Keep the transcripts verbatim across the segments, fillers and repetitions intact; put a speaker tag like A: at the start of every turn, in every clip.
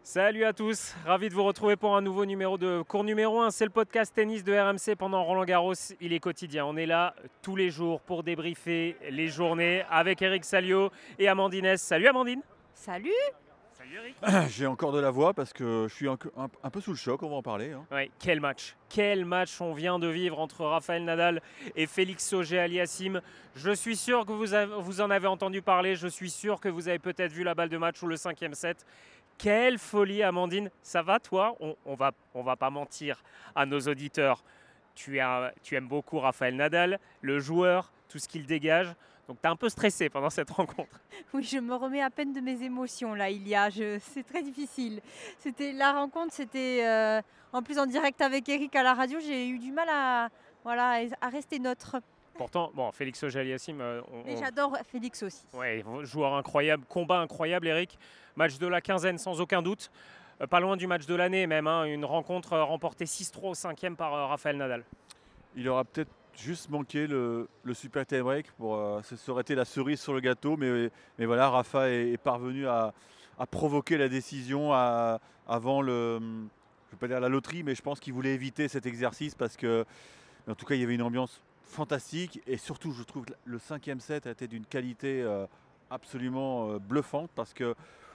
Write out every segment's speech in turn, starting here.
A: Salut à tous, ravi de vous retrouver pour un nouveau numéro de cours numéro un. C'est le podcast tennis de R M C pendant Roland Garros. Il est quotidien. On est là tous les jours pour débriefer les journées avec Eric Salio et Amandine S. Salut Amandine.
B: Salut.
A: Salut Eric.
C: J'ai encore de la voix parce que je suis un, un- un peu sous le choc, on va en parler. hein.
A: Ouais, quel match. Quel match on vient de vivre entre Rafael Nadal et Félix Auger-Aliassime. Je suis sûr que vous, avez- vous en avez entendu parler. Je suis sûr que vous avez peut-être vu la balle de match ou le cinquième set. Quelle folie, Amandine. Ça va, toi? On, on va, on va pas mentir à nos auditeurs. Tu, es un- tu aimes beaucoup Rafael Nadal, le joueur, tout ce qu'il dégage. Donc, tu es un peu stressé pendant cette rencontre.
B: Oui, je me remets à peine de mes émotions là, il y a, je... c'est très difficile. C'était la rencontre, c'était euh, en plus en direct avec Eric à la radio, j'ai eu du mal à, voilà, à rester neutre.
A: Pourtant, bon, Félix Auger-Aliassime, euh, on-
B: Mais
A: on-
B: j'adore Félix aussi.
A: Ouais, joueur incroyable, combat incroyable, Eric. Match de la quinzaine sans aucun doute. Euh, pas loin du match de l'année même, hein. Une rencontre euh, remportée six trois au cinquième par euh, Rafael Nadal.
C: Il aura peut-être juste manqué le, le super tie break. Pour, euh, ce ça aurait été la cerise sur le gâteau. Mais, mais voilà, Rafa est, est parvenu à, à provoquer la décision à- avant le. Je ne vais pas dire la loterie, mais je pense qu'il voulait éviter cet exercice parce que, en tout cas, il y avait une ambiance fantastique. Et surtout, je trouve que le cinquième set a été d'une qualité euh, absolument euh, bluffante parce que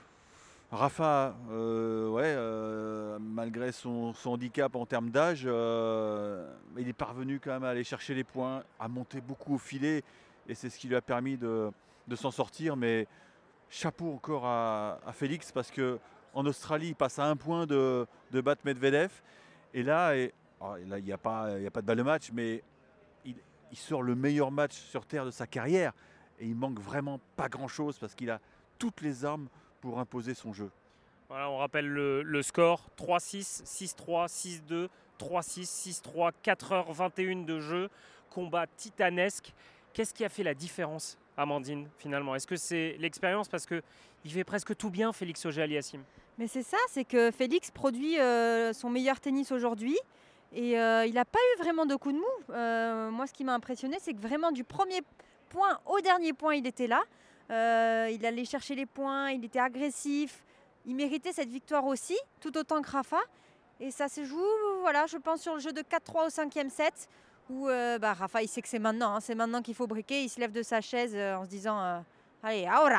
C: Rafa, euh, ouais, euh, malgré son, son handicap en termes d'âge, euh, il est parvenu quand même à aller chercher les points, à monter beaucoup au filet, et c'est ce qui lui a permis de, de s'en sortir. Mais chapeau encore à, à Félix, parce que en Australie, il passe à un point de, de battre Medvedev, et là, et, alors, là, il n'y a pas, il y a pas de balle de match, mais il, il sort le meilleur match sur terre de sa carrière, et il manque vraiment pas grand-chose parce qu'il a toutes les armes pour imposer son jeu.
A: Voilà, on rappelle le, le score trois six, six trois, six deux, trois six, six trois, quatre heures vingt et une de jeu. Combat titanesque. Qu'est-ce qui a fait la différence, Amandine, finalement? Est-ce que c'est l'expérience? Parce qu'il fait presque tout bien, Félix Auger-Aliassime.
B: Mais c'est ça, c'est que Félix produit euh, son meilleur tennis aujourd'hui. Et euh, il n'a pas eu vraiment de coup de mou. Euh, moi, ce qui m'a impressionné, c'est que vraiment du premier point au dernier point, il était là. Euh, il allait chercher les points, il était agressif. Il méritait cette victoire aussi, tout autant que Rafa. Et ça se joue, voilà, je pense, sur le jeu de quatre trois au cinquième set, où euh, bah, Rafa, il sait que c'est maintenant. hein, c'est maintenant qu'il faut briquer. Il se lève de sa chaise euh, en se disant euh, allez, ahora.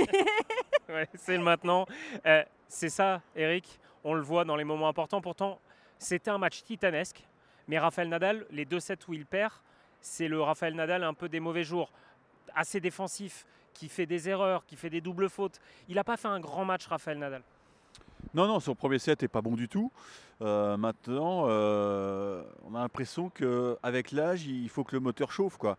A: Ouais, c'est le maintenant. Euh, c'est ça, Eric. On le voit dans les moments importants. Pourtant, c'était un match titanesque. Mais Rafael Nadal, les deux sets où il perd, c'est le Rafael Nadal un peu des mauvais jours. Assez défensif, qui fait des erreurs, qui fait des doubles fautes. Il n'a pas fait un grand match, Rafael Nadal.
C: Non, non, son premier set n'est pas bon du tout. Euh, maintenant, euh, on a l'impression qu'avec l'âge, il faut que le moteur chauffe, quoi.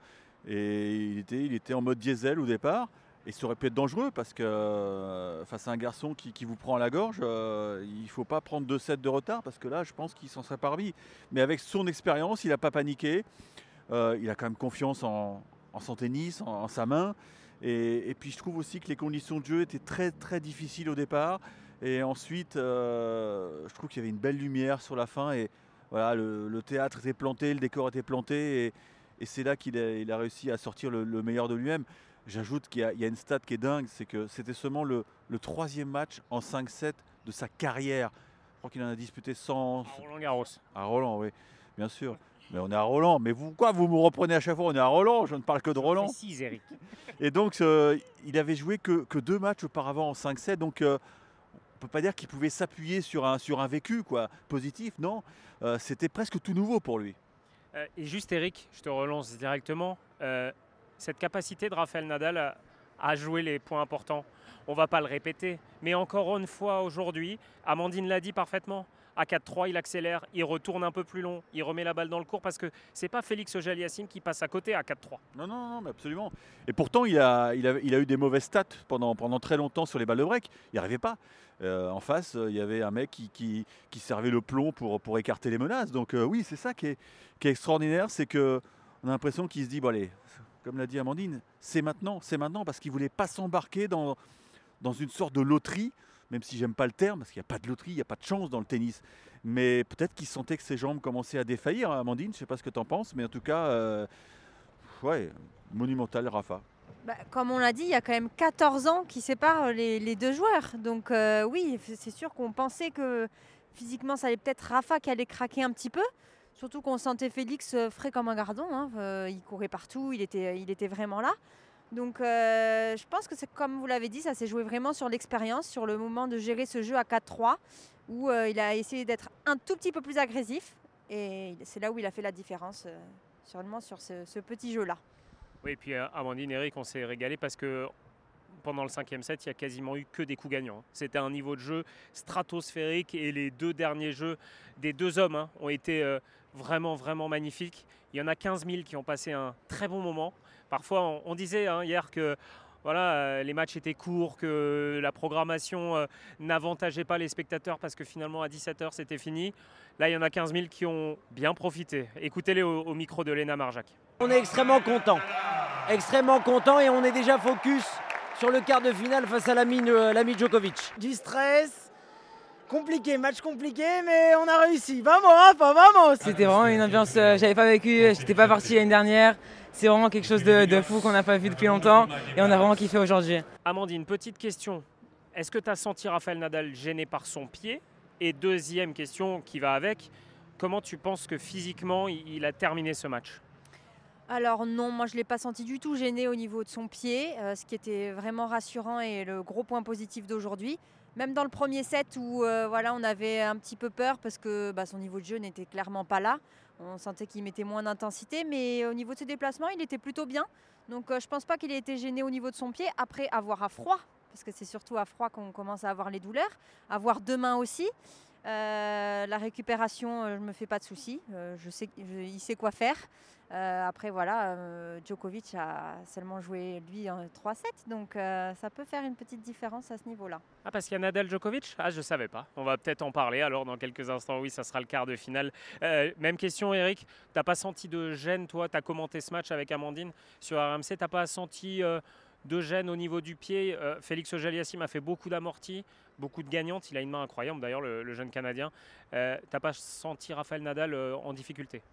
C: Et il était, il était en mode diesel au départ. Et ça aurait pu être dangereux parce que euh, face à un garçon qui, qui vous prend à la gorge, euh, il ne faut pas prendre deux sets de retard parce que là, je pense qu'il s'en serait parmi. Mais avec son expérience, il n'a pas paniqué. Euh, il a quand même confiance en, en son tennis, en, en sa main. Et, et puis je trouve aussi que les conditions de jeu étaient très très difficiles au départ. Et ensuite, euh, je trouve qu'il y avait une belle lumière sur la fin. Et voilà, le, le théâtre était planté, le décor était planté. Et, et c'est là qu'il a, il a réussi à sortir le, le meilleur de lui-même. J'ajoute qu'il y a, il y a une stat qui est dingue, c'est que c'était seulement le, le troisième match en cinq sept de sa carrière. Je crois qu'il en a disputé cent
A: À Roland Garros.
C: à Roland, oui, bien sûr. Mais on est à Roland. Mais vous, quoi, vous me reprenez à chaque fois, on est à Roland, je ne parle que de Roland.
A: Précise, Eric.
C: Et donc, euh, il avait joué que, que deux matchs auparavant en cinq sept. Donc, euh, on ne peut pas dire qu'il pouvait s'appuyer sur un, sur un vécu quoi, positif. Non, Euh, c'était presque tout nouveau pour lui.
A: Euh, et juste, Eric, je te relance directement. Euh, cette capacité de Rafael Nadal à, à jouer les points importants, on ne va pas le répéter. Mais encore une fois aujourd'hui, Amandine l'a dit parfaitement. À quatre trois, il accélère, il retourne un peu plus long, il remet la balle dans le court parce que c'est pas Félix Auger-Aliassime qui passe à côté à quatre trois.
C: Non, non, non, mais absolument. Et pourtant, il a, il a, il a eu des mauvaises stats pendant, pendant très longtemps sur les balles de break. Il n'y arrivait pas. Euh, en face, euh, il y avait un mec qui, qui, qui servait le plomb pour, pour écarter les menaces. Donc euh, oui, c'est ça qui est, qui est extraordinaire, c'est qu'on a l'impression qu'il se dit, bon allez, comme l'a dit Amandine, c'est maintenant, c'est maintenant, parce qu'il ne voulait pas s'embarquer dans, dans une sorte de loterie, même si j'aime pas le terme, parce qu'il n'y a pas de loterie, il n'y a pas de chance dans le tennis. Mais peut-être qu'il sentait que ses jambes commençaient à défaillir, hein, Amandine, je ne sais pas ce que tu en penses, mais en tout cas, euh, ouais, monumental Rafa.
B: Bah, comme on l'a dit, il y a quand même quatorze ans qui séparent les, les deux joueurs. Donc euh, oui, c'est sûr qu'on pensait que physiquement, ça allait peut-être Rafa qui allait craquer un petit peu. Surtout qu'on sentait Félix euh, frais comme un gardon. Hein. Euh, il courait partout, il était, il était vraiment là. Donc euh, je pense que c'est comme vous l'avez dit, ça s'est joué vraiment sur l'expérience, sur le moment de gérer ce jeu à quatre trois, où euh, il a essayé d'être un tout petit peu plus agressif. Et c'est là où il a fait la différence, euh, sûrement sur ce, ce petit jeu-là.
A: Oui, et puis euh, Amandine, Eric, on s'est régalé parce que pendant le cinquième set, il n'y a quasiment eu que des coups gagnants. C'était un niveau de jeu stratosphérique et les deux derniers jeux des deux hommes hein, ont été euh, vraiment, vraiment magnifiques. Il y en a quinze mille qui ont passé un très bon moment. Parfois, on, on disait hein, hier que voilà, euh, les matchs étaient courts, que la programmation euh, n'avantageait pas les spectateurs parce que finalement à dix-sept heures c'était fini. Là, il y en a quinze mille qui ont bien profité. Écoutez-les au, au micro de Léna Marjac.
D: On est extrêmement content, extrêmement content et on est déjà focus sur le quart de finale face à l'ami, euh, l'ami Djokovic.
E: Du stress, compliqué, match compliqué, mais on a réussi. Vamos, Rafa, vamos!
F: C'était vraiment une ambiance que j'avais pas vécue, j'étais pas parti l'année dernière. C'est vraiment quelque chose de, de fou qu'on n'a pas vu depuis longtemps et on a vraiment kiffé aujourd'hui.
A: Amandine, petite question. Est-ce que tu as senti Rafael Nadal gêné par son pied? Et deuxième question qui va avec, comment tu penses que physiquement il a terminé ce match?
B: Alors non, moi je ne l'ai pas senti du tout gêné au niveau de son pied, euh, ce qui était vraiment rassurant et le gros point positif d'aujourd'hui. Même dans le premier set où euh, voilà, on avait un petit peu peur parce que bah, son niveau de jeu n'était clairement pas là. On sentait qu'il mettait moins d'intensité, mais au niveau de ses déplacements, il était plutôt bien. Donc euh, je ne pense pas qu'il ait été gêné au niveau de son pied. Après, avoir à froid, parce que c'est surtout à froid qu'on commence à avoir les douleurs, avoir deux mains aussi. Euh, la récupération, euh, je ne me fais pas de soucis. Euh, je sais, je, il sait quoi faire. Euh, après, voilà, euh, Djokovic a seulement joué, lui, en trois sept. Donc, euh, ça peut faire une petite différence à ce niveau-là.
A: Ah, parce qu'il y a Nadal Djokovic? Ah, je ne savais pas. On va peut-être en parler. Alors, dans quelques instants, oui, ça sera le quart de finale. Euh, même question, Eric. Tu n'as pas senti de gêne, toi? Tu as commenté ce match avec Amandine sur R M C. Tu n'as pas senti euh, de gêne au niveau du pied? euh, Félix Auger-Aliassime a fait beaucoup d'amortis, beaucoup de gagnantes. Il a une main incroyable, d'ailleurs, le, le jeune Canadien. Euh, tu n'as pas senti Rafael Nadal euh, en difficulté?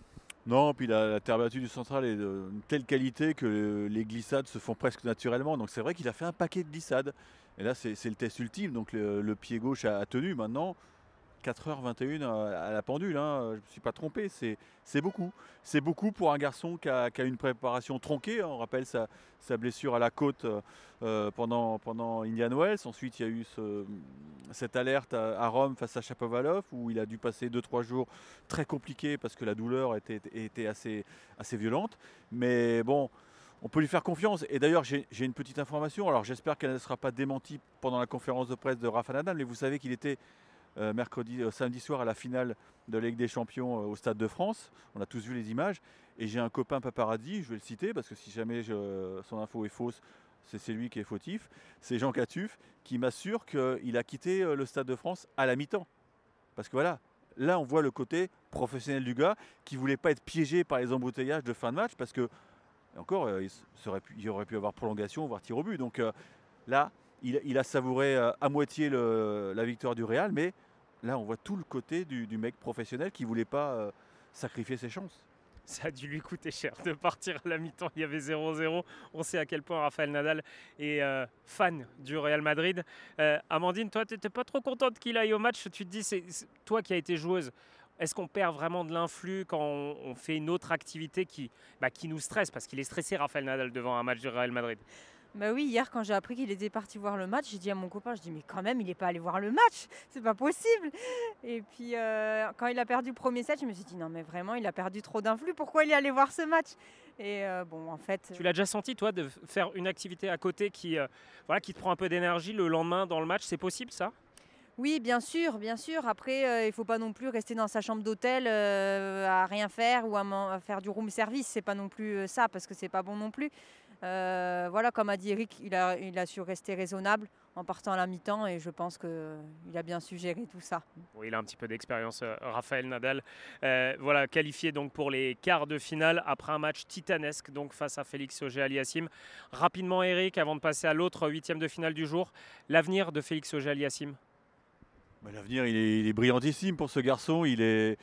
C: Non, puis la, la terre battue du central est d'une telle qualité que les glissades se font presque naturellement. Donc c'est vrai qu'il a fait un paquet de glissades. Et là, c'est le test ultime. Donc le, le pied gauche a, a tenu. Maintenant, quatre heures vingt et une à la pendule, hein. Je ne me suis pas trompé, c'est beaucoup. C'est beaucoup pour un garçon qui a, qui a une préparation tronquée. On rappelle sa, sa blessure à la côte euh, pendant, pendant Indian Wells. Ensuite, il y a eu ce, cette alerte à, à Rome face à Shapovalov où il a dû passer deux trois jours très compliqués parce que la douleur était, était assez, assez violente. Mais bon, on peut lui faire confiance. Et d'ailleurs, j'ai une petite information. Alors j'espère qu'elle ne sera pas démentie pendant la conférence de presse de Rafa Nadal, mais vous savez qu'il était Euh, mercredi, euh, samedi soir à la finale de la Ligue des Champions euh, au Stade de France. On a tous vu les images. Et j'ai un copain paparazzi, je vais le citer parce que si jamais je, son info est fausse, c'est lui qui est fautif. C'est Jean Catuff qui m'assure qu'il a quitté euh, le Stade de France à la mi-temps. Parce que voilà, là on voit le côté professionnel du gars qui ne voulait pas être piégé par les embouteillages de fin de match parce que, encore, euh, il, serait pu, il aurait pu avoir prolongation, voire tir au but. Donc euh, là, Il, il a savouré à moitié le, la victoire du Real, mais là on voit tout le côté du, du mec professionnel qui ne voulait pas euh, sacrifier ses chances.
A: Ça a dû lui coûter cher de partir à la mi-temps, il y avait zéro zéro. On sait à quel point Rafael Nadal est euh, fan du Real Madrid. Euh, Amandine, toi tu n'étais pas trop contente qu'il aille au match, tu te dis, c'est toi qui as été joueuse, est-ce qu'on perd vraiment de l'influx quand on, on fait une autre activité qui, bah, qui nous stresse? Parce qu'il est stressé Rafael Nadal devant un match du Real Madrid.
B: Bah oui, hier quand j'ai appris qu'il était parti voir le match, j'ai dit à mon copain, je dis mais quand même il n'est pas allé voir le match, c'est pas possible. Et puis euh, quand il a perdu le premier set, je me suis dit non mais vraiment il a perdu trop d'influx, pourquoi il est allé voir ce match? Et euh, bon en fait.
A: Tu l'as déjà senti toi de faire une activité à côté qui, euh, voilà, qui te prend un peu d'énergie le lendemain dans le match, c'est possible ça?
B: Oui, bien sûr, bien sûr. Après, euh, il ne faut pas non plus rester dans sa chambre d'hôtel euh, à rien faire ou à, à faire du room service. C'est pas non plus ça parce que c'est pas bon non plus. Euh, voilà, comme a dit Eric, il a, il a su rester raisonnable en partant à la mi-temps et je pense qu'il a bien su gérer tout ça.
A: Oui, il a un petit peu d'expérience, euh, Rafael Nadal. Euh, voilà, qualifié donc pour les quarts de finale après un match titanesque donc face à Félix Auger-Aliassime. Rapidement, Eric, avant de passer à l'autre huitième de finale du jour, l'avenir de Félix Auger-Aliassime.
C: Bah, l'avenir, il est, il est brillantissime pour ce garçon. Il est,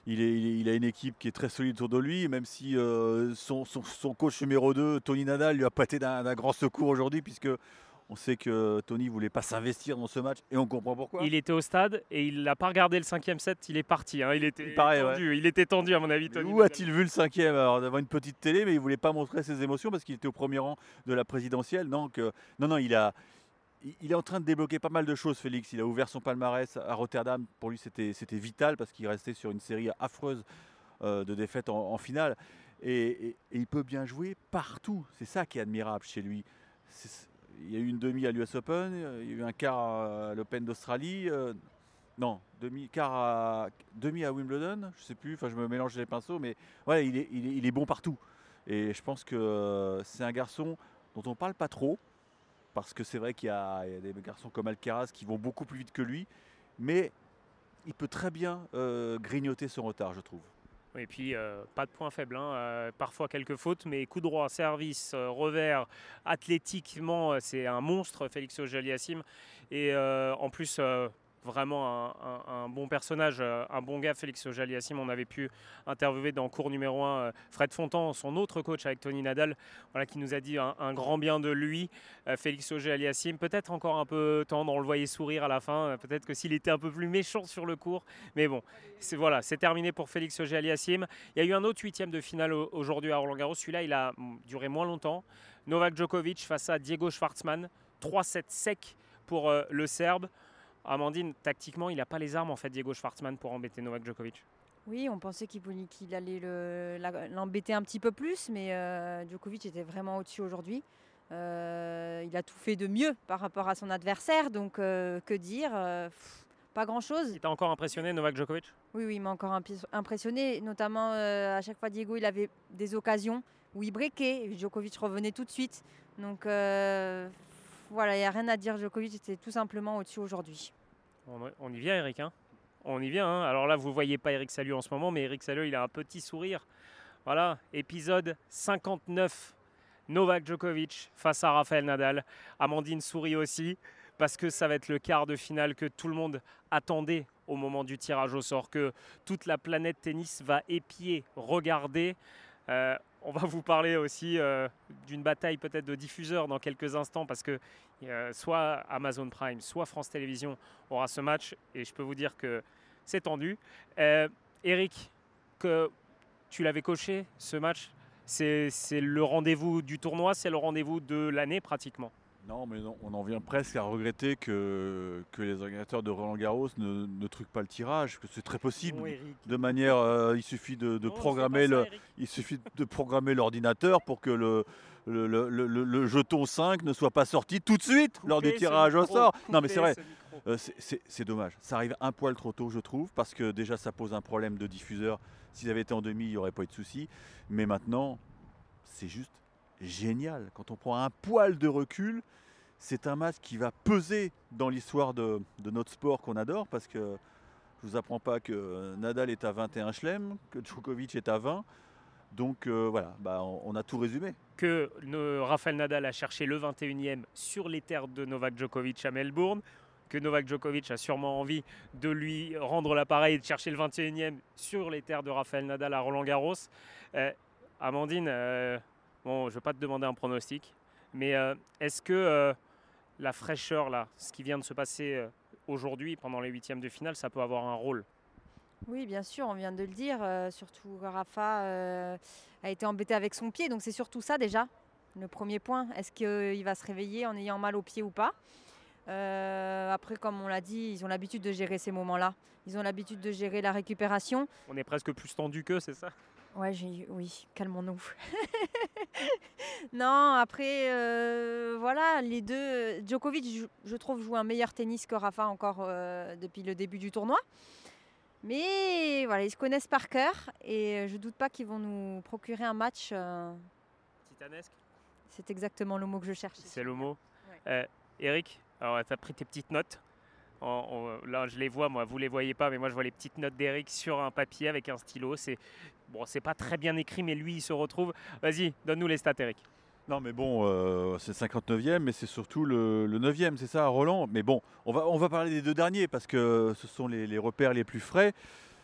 C: il, est, il, est, il a une équipe qui est très solide autour de lui, même si euh, son, son, son coach numéro deux, Tony Nadal, lui a pas été d'un, d'un grand secours aujourd'hui, puisque on sait que Tony ne voulait pas s'investir dans ce match et on comprend pourquoi.
A: Il était au stade et il n'a pas regardé le cinquième set, il est parti. Hein. Il, était
C: il, paraît,
A: tendu.
C: Ouais.
A: il était tendu à mon avis. Tony
C: Où Nadal. A-t-il vu le cinquième? Alors d'avoir une petite télé, mais il ne voulait pas montrer ses émotions parce qu'il était au premier rang de la présidentielle. Donc, euh, non, non, il, a, il est en train de débloquer pas mal de choses, Félix. Il a ouvert son palmarès à Rotterdam. Pour lui, c'était, c'était vital parce qu'il restait sur une série affreuse euh, de défaites en, en finale. Et, et, et il peut bien jouer partout. C'est ça qui est admirable chez lui. C'est, Il y a eu une demi à l'U S Open, il y a eu un quart à l'Open d'Australie, euh, non, demi, quart à, demi à Wimbledon, je ne sais plus, enfin je me mélange les pinceaux, mais ouais, il est, il est, il est bon partout. Et je pense que euh, c'est un garçon dont on ne parle pas trop, parce que c'est vrai qu'il y a, il y a des garçons comme Alcaraz qui vont beaucoup plus vite que lui, mais il peut très bien euh, grignoter son retard, je trouve.
A: Et puis, euh, pas de point faible, hein. euh, parfois quelques fautes, mais coup droit, service, euh, revers, athlétiquement, c'est un monstre, Félix Auger-Aliassime. Et euh, en plus, euh, vraiment un, un, un bon personnage, euh, un bon gars, Félix Auger-Aliassime. On avait pu interviewer dans cours numéro un euh, Fred Fontan, son autre coach avec Tony Nadal, voilà, qui nous a dit un, un grand bien de lui, euh, Félix Auger-Aliassime. Peut-être encore un peu tendre, on le voyait sourire à la fin, euh, peut-être que s'il était un peu plus méchant sur le court, mais bon, c'est, voilà, c'est terminé pour Félix Auger-Aliassime. Il y a eu un autre huitième de finale aujourd'hui à Roland-Garros, celui-là il a duré moins longtemps. Novak Djokovic face à Diego Schwartzmann, trois sept sec pour euh, le Serbe. Amandine, tactiquement, il n'a pas les armes, en fait, Diego Schwartzmann, pour embêter Novak Djokovic.
B: Oui, on pensait qu'il, qu'il allait le, l'embêter un petit peu plus, mais euh, Djokovic était vraiment au-dessus aujourd'hui. Euh, il a tout fait de mieux par rapport à son adversaire, donc euh, que dire euh, pff, pas grand-chose.
A: Il t'a encore impressionné, Novak Djokovic?
B: Oui, oui, il m'a encore impressionné, notamment euh, à chaque fois, Diego, il avait des occasions où il breakait, et Djokovic revenait tout de suite. Donc... Euh, Voilà, il n'y a rien à dire. Djokovic était tout simplement au-dessus aujourd'hui.
A: On, on y vient, Eric. Hein on y vient. Hein Alors là, vous ne voyez pas Eric Salio en ce moment, mais Eric Salio, il a un petit sourire. Voilà, épisode cinquante-neuf. Novak Djokovic face à Rafael Nadal. Amandine sourit aussi, parce que ça va être le quart de finale que tout le monde attendait au moment du tirage au sort, que toute la planète tennis va épier, regarder. Euh, on va vous parler aussi euh, d'une bataille peut-être de diffuseurs dans quelques instants parce que euh, soit Amazon Prime, soit France Télévisions aura ce match et je peux vous dire que c'est tendu. Euh, Eric, que tu l'avais coché ce match, c'est, c'est le rendez-vous du tournoi, c'est le rendez-vous de l'année pratiquement.
C: Non, mais non, on en vient presque à regretter que, que les organisateurs de Roland-Garros ne, ne truquent pas le tirage, que c'est très possible.
A: Non,
C: de manière, euh, il suffit de, de
A: non,
C: programmer
A: ça,
C: le, il suffit de programmer l'ordinateur pour que le, le, le, le, le jeton cinq ne soit pas sorti tout de suite
A: coupez
C: lors du tirage au sort. Non, mais c'est vrai,
A: euh,
C: c'est, c'est, c'est dommage. Ça arrive un poil trop tôt, je trouve, parce que déjà ça pose un problème de diffuseur. S'ils avaient été en demi, il n'y aurait pas eu de souci. Mais maintenant, c'est juste génial. Quand on prend un poil de recul, c'est un match qui va peser dans l'histoire de, de notre sport qu'on adore, parce que je ne vous apprends pas que Nadal est à vingt et un chelems, que Djokovic est à vingt. Donc euh, voilà, bah, on, on a tout résumé.
A: Que ne, Rafael Nadal a cherché le vingt et unième sur les terres de Novak Djokovic à Melbourne, que Novak Djokovic a sûrement envie de lui rendre l'appareil et de chercher le vingt et unième sur les terres de Rafael Nadal à Roland-Garros. Euh, Amandine, euh, bon, je ne vais pas te demander un pronostic, mais euh, est-ce que euh, la fraîcheur, là, ce qui vient de se passer euh, aujourd'hui pendant les huitièmes de finale, ça peut avoir un rôle?
B: Oui, bien sûr, on vient de le dire. Euh, surtout, Rafa euh, a été embêté avec son pied. Donc, c'est surtout ça déjà, le premier point. Est-ce qu'il va se réveiller en ayant mal au pied ou pas? euh, Après, comme on l'a dit, ils ont l'habitude de gérer ces moments-là. Ils ont l'habitude de gérer la récupération.
A: On est presque plus tendu qu'eux, c'est ça?
B: Ouais, j'ai... oui, calmons-nous. Non, après, euh, voilà, les deux... Djokovic, je, je trouve, joue un meilleur tennis que Rafa encore euh, depuis le début du tournoi. Mais voilà, ils se connaissent par cœur et je ne doute pas qu'ils vont nous procurer un match. Euh...
A: Titanesque?
B: C'est exactement le mot que je cherche.
A: C'est le mot.
B: Ouais.
A: Euh, Eric, alors tu as pris tes petites notes. On, on, là, je les vois, moi, vous ne les voyez pas, mais moi, je vois les petites notes d'Eric sur un papier avec un stylo. C'est bon, c'est pas très bien écrit, mais lui, il se retrouve. Vas-y, donne-nous les stats, Eric.
C: Non, mais bon, euh, c'est le cinquante-neuvième, mais c'est surtout le, le neuvième, c'est ça, Roland. Mais bon, on va, on va parler des deux derniers parce que ce sont les, les repères les plus frais.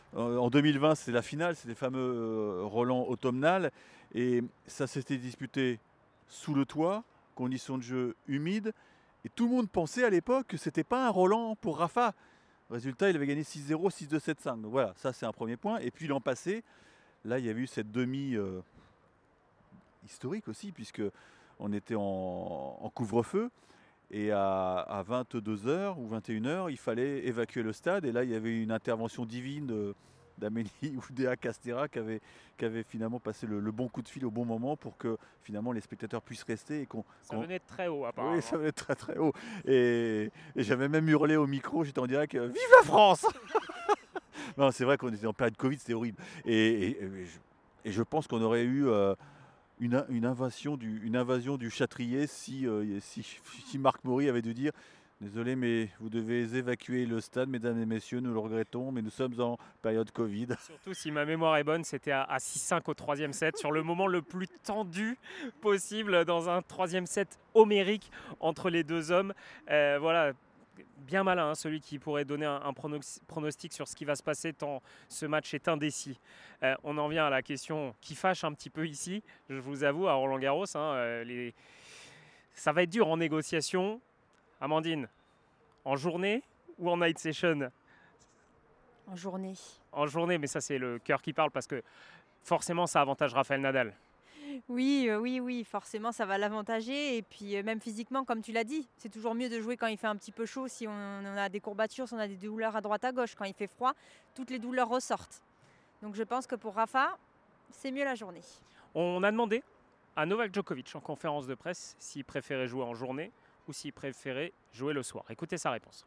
C: En deux mille vingt, c'est la finale, c'est les fameux euh, Roland automnal. Et ça s'était disputé sous le toit, conditions de jeu humides. Et tout le monde pensait à l'époque que ce n'était pas un Roland pour Rafa. Résultat, il avait gagné six zéro, six deux, sept cinq. Donc voilà, ça c'est un premier point. Et puis l'an passé, là il y avait eu cette demi euh, historique aussi, puisque on était en, en couvre-feu. Et à, à vingt-deux heures ou vingt et une heures, il fallait évacuer le stade. Et là, il y avait une intervention divine de, d'Amélie Oudéa Castéra qui avait, qui avait finalement passé le, le bon coup de fil au bon moment pour que finalement les spectateurs puissent rester. Et qu'on,
A: Ça
C: qu'on...
A: venait de très haut, apparemment.
C: Oui, ça venait de très très haut. Et, et j'avais même hurlé au micro, j'étais en direct, euh, vive la France. Non, c'est vrai qu'on était en période Covid, c'était horrible. Et, et, et, je, et je pense qu'on aurait eu... Euh, Une, une, invasion du, une invasion du Châtrier si, euh, si, si Marc Maury avait dû dire « Désolé, mais vous devez évacuer le stade, mesdames et messieurs, nous le regrettons, mais nous sommes en période Covid. »
A: Surtout si ma mémoire est bonne, c'était à, à six cinq au troisième set, sur le moment le plus tendu possible dans un troisième set homérique entre les deux hommes. Euh, voilà. Bien malin, hein, celui qui pourrait donner un, un pronostic sur ce qui va se passer tant ce match est indécis. Euh, on en vient à la question qui fâche un petit peu ici, je vous avoue, à Roland-Garros. Hein, euh, les... Ça va être dur en négociation. Amandine, en journée ou en night session?
B: En journée.
A: En journée, mais ça c'est le cœur qui parle parce que forcément ça avantage Rafael Nadal.
B: Oui, euh, oui, oui, forcément, ça va l'avantager. Et puis, euh, même physiquement, comme tu l'as dit, c'est toujours mieux de jouer quand il fait un petit peu chaud, si on, on a des courbatures, si on a des douleurs à droite, à gauche. Quand il fait froid, toutes les douleurs ressortent. Donc, je pense que pour Rafa, c'est mieux la journée.
A: On a demandé à Novak Djokovic en conférence de presse s'il préférait jouer en journée ou s'il préférait jouer le soir. Écoutez sa réponse.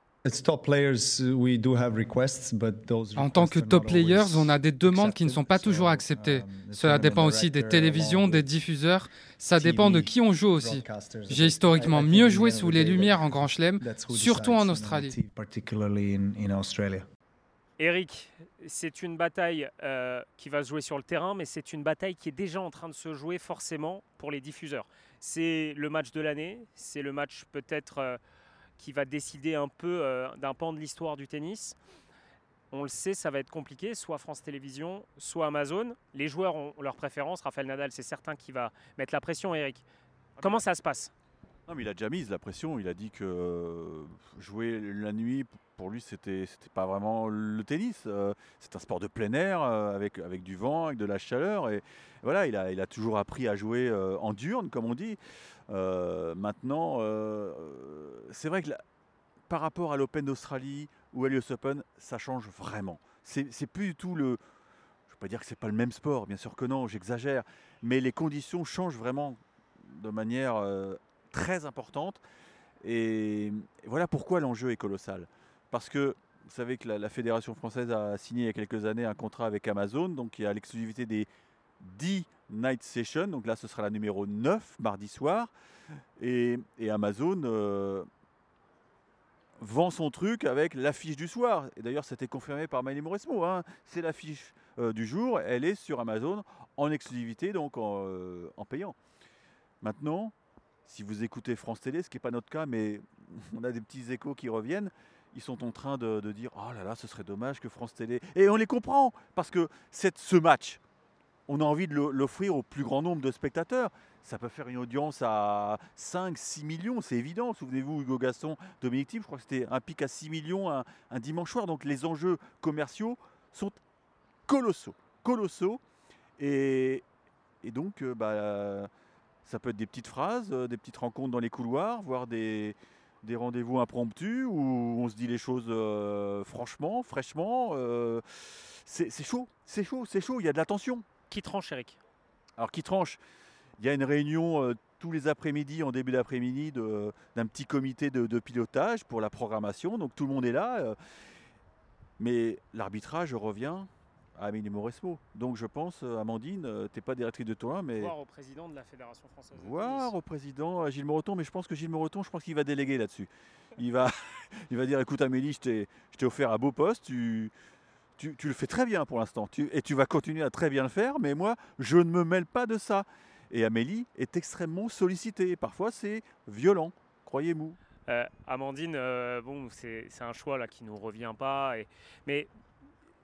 G: En tant que top players, on a des demandes qui ne sont pas toujours acceptées. Cela dépend aussi des télévisions, des diffuseurs. Ça dépend de qui on joue aussi. J'ai historiquement mieux joué sous les lumières en Grand Chelem, surtout en Australie.
A: Eric, c'est une bataille euh, qui va se jouer sur le terrain, mais c'est une bataille qui est déjà en train de se jouer forcément pour les diffuseurs. C'est le match de l'année, c'est le match peut-être... Euh, qui va décider un peu euh, d'un pan de l'histoire du tennis. On le sait, ça va être compliqué, soit France Télévisions, soit Amazon. Les joueurs ont leur préférence. Rafael Nadal, c'est certain qu'il va mettre la pression, Eric. Comment ça se passe?
C: Non, mais il a déjà mis la pression. Il a dit que euh, jouer la nuit, pour lui, c'était c'était pas vraiment le tennis. Euh, c'est un sport de plein air, euh, avec, avec du vent, avec de la chaleur. Et, et voilà, il a, il a toujours appris à jouer euh, en diurne, comme on dit. Euh, maintenant, euh, c'est vrai que la, par rapport à l'Open d'Australie ou à l'U S Open, ça change vraiment. C'est, c'est plus du tout le... Je ne veux pas dire que c'est pas le même sport, bien sûr que non, j'exagère. Mais les conditions changent vraiment de manière euh, très importante. Et, et voilà pourquoi l'enjeu est colossal. Parce que vous savez que la, la Fédération française a signé il y a quelques années un contrat avec Amazon, donc il y a l'exclusivité des dix night sessions, donc là ce sera la numéro neuf, mardi soir, et, et Amazon euh, vend son truc avec l'affiche du soir, et d'ailleurs c'était confirmé par Amélie Mauresmo, hein. C'est l'affiche euh, du jour, elle est sur Amazon en exclusivité, donc en, euh, en payant. Maintenant, si vous écoutez France Télé, ce qui n'est pas notre cas, mais on a des petits échos qui reviennent, ils sont en train de, de dire « Oh là là, ce serait dommage que France Télé… » Et on les comprend, parce que cette, ce match, on a envie de l'offrir au plus grand nombre de spectateurs. Ça peut faire une audience à cinq six millions, c'est évident. Souvenez-vous, Hugo Gaston, Dominique Thiem, je crois que c'était un pic à six millions un, un dimanche soir. Donc les enjeux commerciaux sont colossaux. colossaux. Et, et donc, euh, bah, ça peut être des petites phrases, des petites rencontres dans les couloirs, voire des, des rendez-vous impromptus où on se dit les choses euh, franchement, fraîchement. Euh, c'est, c'est chaud, c'est chaud, c'est chaud, il y a de la tension.
A: Qui tranche, Eric?
C: Alors, qui tranche? Il y a une réunion euh, tous les après-midi, en début d'après-midi, de, d'un petit comité de, de pilotage pour la programmation. Donc, tout le monde est là. Euh, mais l'arbitrage revient à Amélie Mauresmo. Donc, je pense, Amandine, euh, tu n'es pas directrice de tournoi, mais...
A: Voir au président de la Fédération française de
C: Voir
A: tennis.
C: au président Gilles Moreton, mais je pense que Gilles Moreton, je pense qu'il va déléguer là-dessus. Il va, il va dire, écoute Amélie, je t'ai, je t'ai offert un beau poste, tu... Tu, tu le fais très bien pour l'instant tu, et tu vas continuer à très bien le faire, mais moi, je ne me mêle pas de ça. Et Amélie est extrêmement sollicitée. Parfois, c'est violent, croyez-moi.
A: Euh, Amandine, euh, bon, c'est, c'est un choix là, qui ne nous revient pas. Et, mais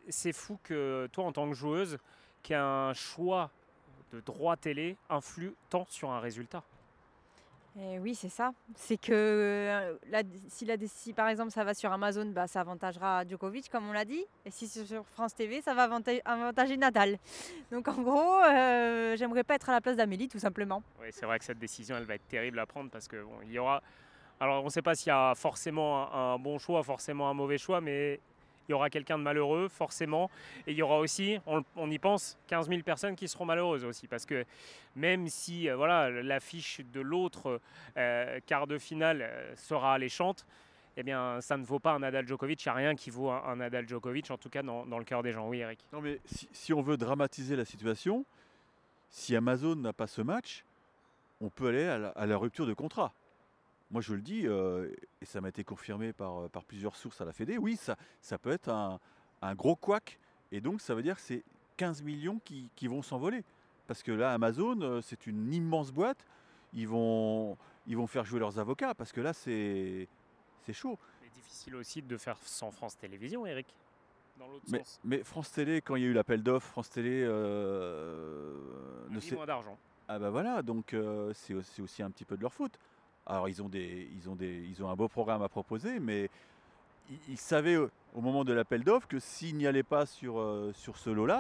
A: c'est fou que toi, en tant que joueuse, qu'un choix de droit télé influe tant sur un résultat.
B: Et oui, c'est ça. C'est que euh, la- si, la- si par exemple ça va sur Amazon, bah, ça avantagera Djokovic, comme on l'a dit. Et si c'est sur France T V, ça va avanta- avantager Nadal. Donc en gros, euh, j'aimerais pas être à la place d'Amélie, tout simplement.
A: Oui, c'est vrai que cette décision, elle va être terrible à prendre parce que bon, il y aura. Alors, on ne sait pas s'il y a forcément un, un bon choix, forcément un mauvais choix, mais il y aura quelqu'un de malheureux, forcément. Et il y aura aussi, on, on y pense, quinze mille personnes qui seront malheureuses aussi. Parce que même si euh, voilà, l'affiche de l'autre euh, quart de finale euh, sera alléchante, eh bien, ça ne vaut pas un Nadal Djokovic. Il n'y a rien qui vaut un, un Nadal Djokovic, en tout cas dans, dans le cœur des gens. Oui, Eric.
C: Non, mais si, si on veut dramatiser la situation, si Amazon n'a pas ce match, on peut aller à la, à la rupture de contrat. Moi, je le dis, euh, et ça m'a été confirmé par, par plusieurs sources à la Fédé, oui, ça, ça peut être un, un gros couac. Et donc, ça veut dire que c'est quinze millions qui, qui vont s'envoler. Parce que là, Amazon, euh, c'est une immense boîte. Ils vont, ils vont faire jouer leurs avocats, parce que là, c'est, c'est chaud.
A: C'est difficile aussi de faire sans France Télévisions, Eric. Dans l'autre
C: Mais,
A: sens.
C: mais France Télé, quand il y a eu l'appel d'offres, France Télé euh,
A: On
C: ne
A: dit
C: sait...
A: moins d'argent.
C: Ah bah voilà, donc euh, c'est aussi, c'est aussi un petit peu de leur faute. Alors ils ont, des, ils, ont des, ils ont un beau programme à proposer, mais ils, ils savaient euh, au moment de l'appel d'offres que s'ils n'y allaient pas sur, euh, sur ce lot-là,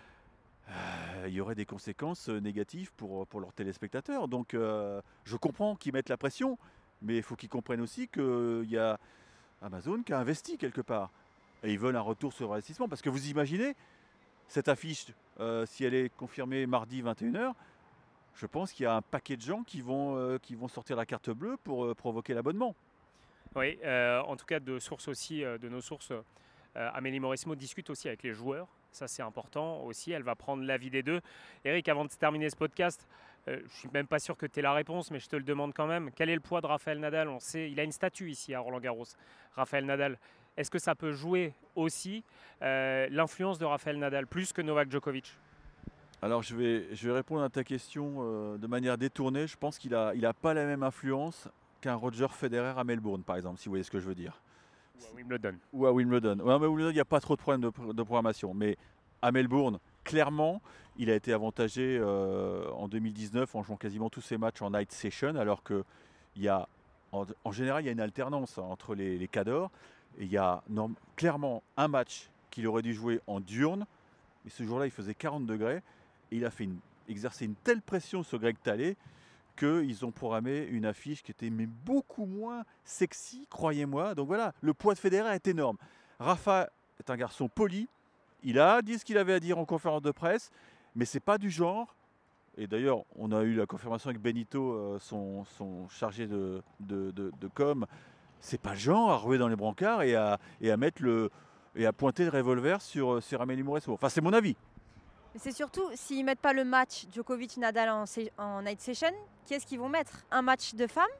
C: euh, il y aurait des conséquences euh, négatives pour, pour leurs téléspectateurs. Donc euh, je comprends qu'ils mettent la pression, mais il faut qu'ils comprennent aussi qu'il y a Amazon qui a investi quelque part. Et ils veulent un retour sur investissement. Parce que vous imaginez, cette affiche, euh, si elle est confirmée mardi vingt et une heures, je pense qu'il y a un paquet de gens qui vont, euh, qui vont sortir la carte bleue pour euh, provoquer l'abonnement.
A: Oui, euh, en tout cas de sources aussi, euh, de nos sources, euh, Amélie Mauresmo discute aussi avec les joueurs. Ça c'est important aussi, elle va prendre l'avis des deux. Eric, avant de terminer ce podcast, euh, je ne suis même pas sûr que tu aies la réponse, mais je te le demande quand même. Quel est le poids de Rafael Nadal? On sait, il a une statue ici à Roland-Garros, Rafael Nadal. Est-ce que ça peut jouer aussi euh, l'influence de Rafael Nadal, plus que Novak Djokovic?
C: Alors je vais, je vais répondre à ta question euh, de manière détournée. Je pense qu'il n'a il a pas la même influence qu'un Roger Federer à Melbourne, par exemple, si vous voyez ce que je veux dire.
A: Ou à Wimbledon.
C: Ou à Wimbledon. Ouais, mais Wimbledon, il n'y a pas trop de problèmes de, de programmation. Mais à Melbourne, clairement, il a été avantagé euh, en deux mille dix-neuf en jouant quasiment tous ses matchs en night session, alors que il y a, en, en général, il y a une alternance entre les, les cadors. Et il y a non, clairement un match qu'il aurait dû jouer en diurne, mais ce jour-là, il faisait quarante degrés. Et il a fait une, exercé une telle pression sur Greg Talley qu'ils ont programmé une affiche qui était mais beaucoup moins sexy, croyez-moi. Donc voilà, le poids de Federer est énorme. Rafa est un garçon poli. Il a dit ce qu'il avait à dire en conférence de presse, mais c'est pas du genre. Et d'ailleurs, on a eu la confirmation avec Benito, euh, son, son chargé de, de, de, de com. C'est pas le genre à rouler dans les brancards et à, et à mettre le et à pointer le revolver sur, sur Amélie Mauresmo. Enfin, c'est mon avis.
B: Mais c'est surtout, s'ils ne mettent pas le match Djokovic-Nadal en, se- en night session, qui est-ce qu'ils vont mettre? Un match de femmes?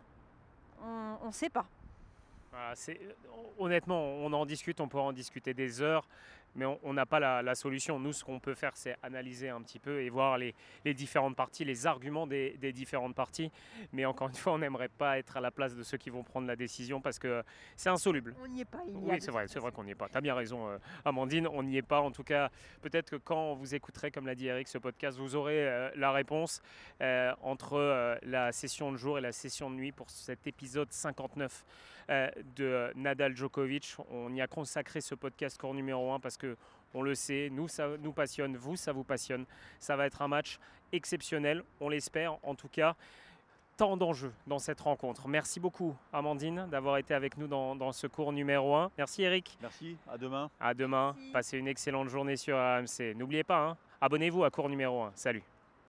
B: On ne sait pas.
A: Voilà, c'est- honnêtement, on en discute, on pourra en discuter des heures, mais on on n'a pas la, la solution. Nous, ce qu'on peut faire, c'est analyser un petit peu et voir les, les différentes parties, les arguments des, des différentes parties. Mais encore une fois, on n'aimerait pas être à la place de ceux qui vont prendre la décision parce que c'est insoluble.
B: On n'y est pas. Il y a
A: Oui,
B: de
A: c'est vrai,
B: toute
A: c'est vrai
B: façon.
A: qu'on n'y est pas. Tu as bien raison, euh, Amandine, on n'y est pas. En tout cas, peut-être que quand vous écouterez, comme l'a dit Eric, ce podcast, vous aurez euh, la réponse euh, entre euh, la session de jour et la session de nuit pour cet épisode cinquante-neuf euh, de Nadal Djokovic. On y a consacré ce podcast court numéro un parce que on le sait, nous ça nous passionne, vous ça vous passionne. Ça va être un match exceptionnel, on l'espère en tout cas. Tant d'enjeux dans cette rencontre. Merci beaucoup Amandine d'avoir été avec nous dans, dans ce cours numéro un. Merci Eric.
C: Merci, à demain.
A: À demain.
B: Merci.
A: Passez une excellente journée sur A M C. N'oubliez pas, hein, abonnez-vous à cours numéro un. Salut.